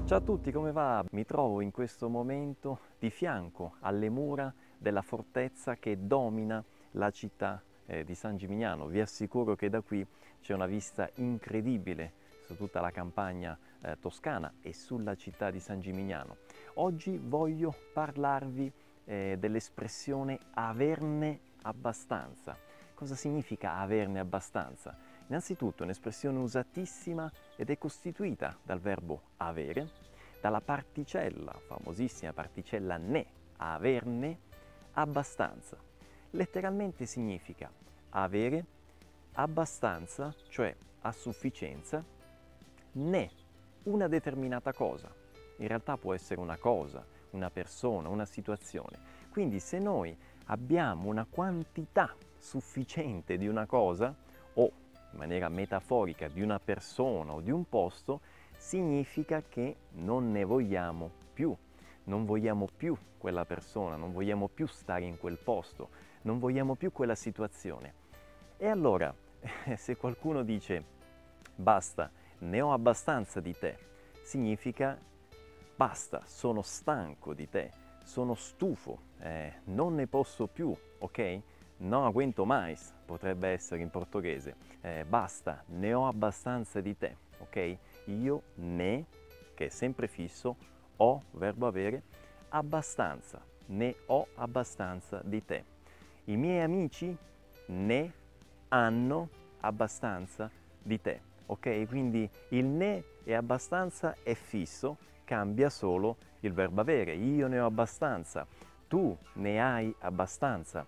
Ciao a tutti, come va? Mi trovo in questo momento di fianco alle mura della fortezza che domina la città di San Gimignano. Vi assicuro che da qui c'è una vista incredibile su tutta la campagna toscana e sulla città di San Gimignano. Oggi voglio parlarvi dell'espressione averne abbastanza. Cosa significa averne abbastanza? Innanzitutto è un'espressione usatissima ed è costituita dal verbo avere, dalla particella, famosissima particella ne, averne abbastanza. Letteralmente significa avere abbastanza, cioè a sufficienza, ne, una determinata cosa. In realtà può essere una cosa, una persona, una situazione. Quindi se noi abbiamo una quantità sufficiente di una cosa, o in maniera metaforica di una persona o di un posto, significa che non ne vogliamo più. Non vogliamo più quella persona, non vogliamo più stare in quel posto, non vogliamo più quella situazione. E allora, se qualcuno dice basta, ne ho abbastanza di te, significa basta, sono stanco di te, sono stufo, non ne posso più, ok? No aguento mais, potrebbe essere in portoghese. Basta, ne ho abbastanza di te, ok? Io ne, che è sempre fisso, ho, verbo avere, abbastanza, ne ho abbastanza di te. I miei amici ne hanno abbastanza di te, ok? Quindi il ne e abbastanza è fisso, cambia solo il verbo avere. Io ne ho abbastanza, tu ne hai abbastanza,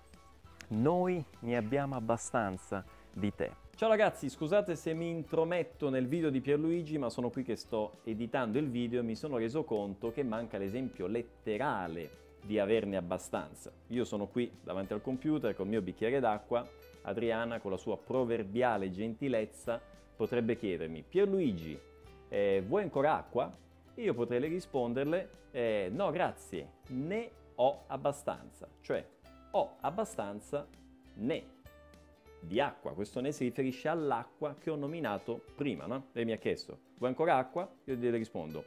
noi ne abbiamo abbastanza di te. Ciao ragazzi, scusate se mi intrometto nel video di Pierluigi, ma sono qui che sto editando il video e mi sono reso conto che manca l'esempio letterale di averne abbastanza. Io sono qui davanti al computer col mio bicchiere d'acqua, Adriana con la sua proverbiale gentilezza potrebbe chiedermi: Pierluigi, vuoi ancora acqua? E io potrei risponderle: no grazie, ne ho abbastanza, cioè ho abbastanza ne di acqua. Questo ne si riferisce all'acqua che ho nominato prima, no? Lei mi ha chiesto: vuoi ancora acqua? Io le rispondo: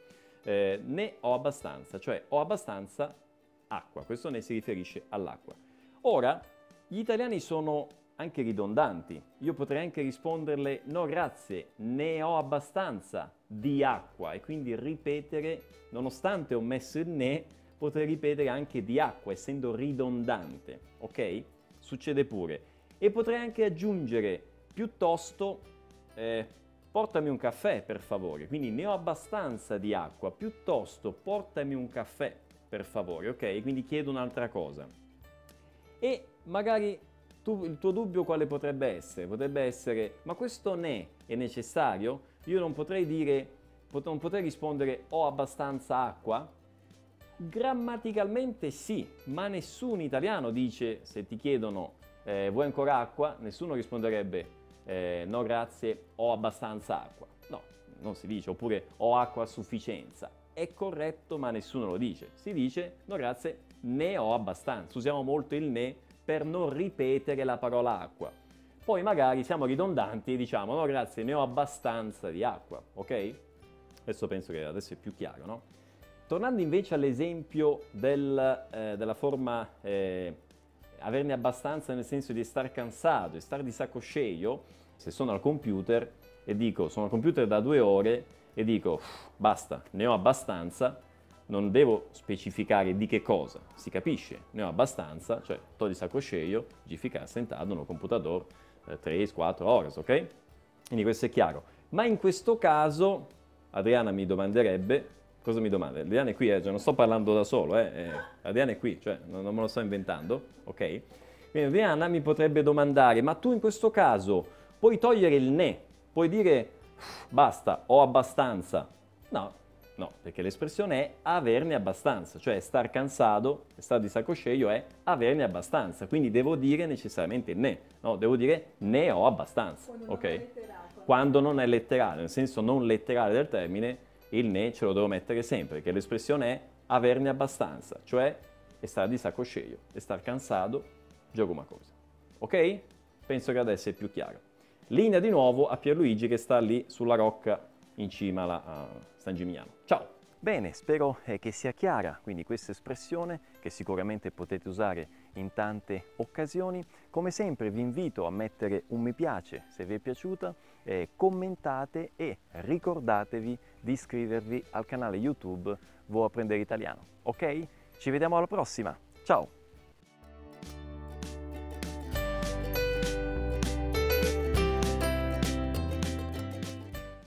ne ho abbastanza, cioè ho abbastanza acqua. Questo ne si riferisce all'acqua. Ora, gli italiani sono anche ridondanti. Io potrei anche risponderle: no grazie, ne ho abbastanza di acqua, e quindi ripetere, nonostante ho messo il ne, potrei ripetere anche di acqua, essendo ridondante, ok? Succede pure. E potrei anche aggiungere piuttosto portami un caffè per favore, quindi ne ho abbastanza di acqua, piuttosto portami un caffè per favore, ok? Quindi chiedo un'altra cosa. E magari il tuo dubbio quale potrebbe essere? Potrebbe essere: ma questo ne è necessario? Io non potrei dire, non potrei rispondere ho abbastanza acqua? Grammaticalmente sì, ma nessun italiano dice, se ti chiedono vuoi ancora acqua, nessuno risponderebbe no grazie, ho abbastanza acqua. No, non si dice. Oppure ho acqua a sufficienza. È corretto, ma nessuno lo dice. Si dice no grazie, ne ho abbastanza. Usiamo molto il ne per non ripetere la parola acqua. Poi magari siamo ridondanti e diciamo no grazie, ne ho abbastanza di acqua, ok? Adesso penso che adesso è più chiaro, no? Tornando invece all'esempio della forma averne abbastanza nel senso di star cansato, di star di sacco sceio, se sono al computer e dico sono al computer da 2 ore e dico basta, ne ho abbastanza, non devo specificare di che cosa, si capisce, ne ho abbastanza, cioè sto di sacco sceio, di ficar sentado no computador 3-4 ore, ok? Quindi questo è chiaro. Ma in questo caso Adriana mi domanderebbe, cosa mi domanda? Adriana è qui, cioè non sto parlando da solo, Adriana è qui, cioè non me lo sto inventando, ok? Quindi Adriana mi potrebbe domandare: ma tu in questo caso puoi togliere il ne, puoi dire basta, ho abbastanza? No, no, perché l'espressione è averne abbastanza, cioè star cansato, star di sacco sceio è averne abbastanza, quindi devo dire necessariamente il ne, no, devo dire ne ho abbastanza, ok? Quando non è letterale, nel senso non letterale del termine, il ne ce lo devo mettere sempre, perché l'espressione è averne abbastanza, cioè star di sacco sceio, star cansato di alguma cosa. Ok? Penso che adesso è più chiaro. Linea di nuovo a Pierluigi che sta lì sulla rocca in cima a San Gimignano. Ciao! Bene, spero che sia chiara quindi questa espressione che sicuramente potete usare in tante occasioni. Come sempre vi invito a mettere un mi piace se vi è piaciuta, commentate e ricordatevi di iscrivervi al canale YouTube Vuoi apprendere italiano, ok? Ci vediamo alla prossima, ciao!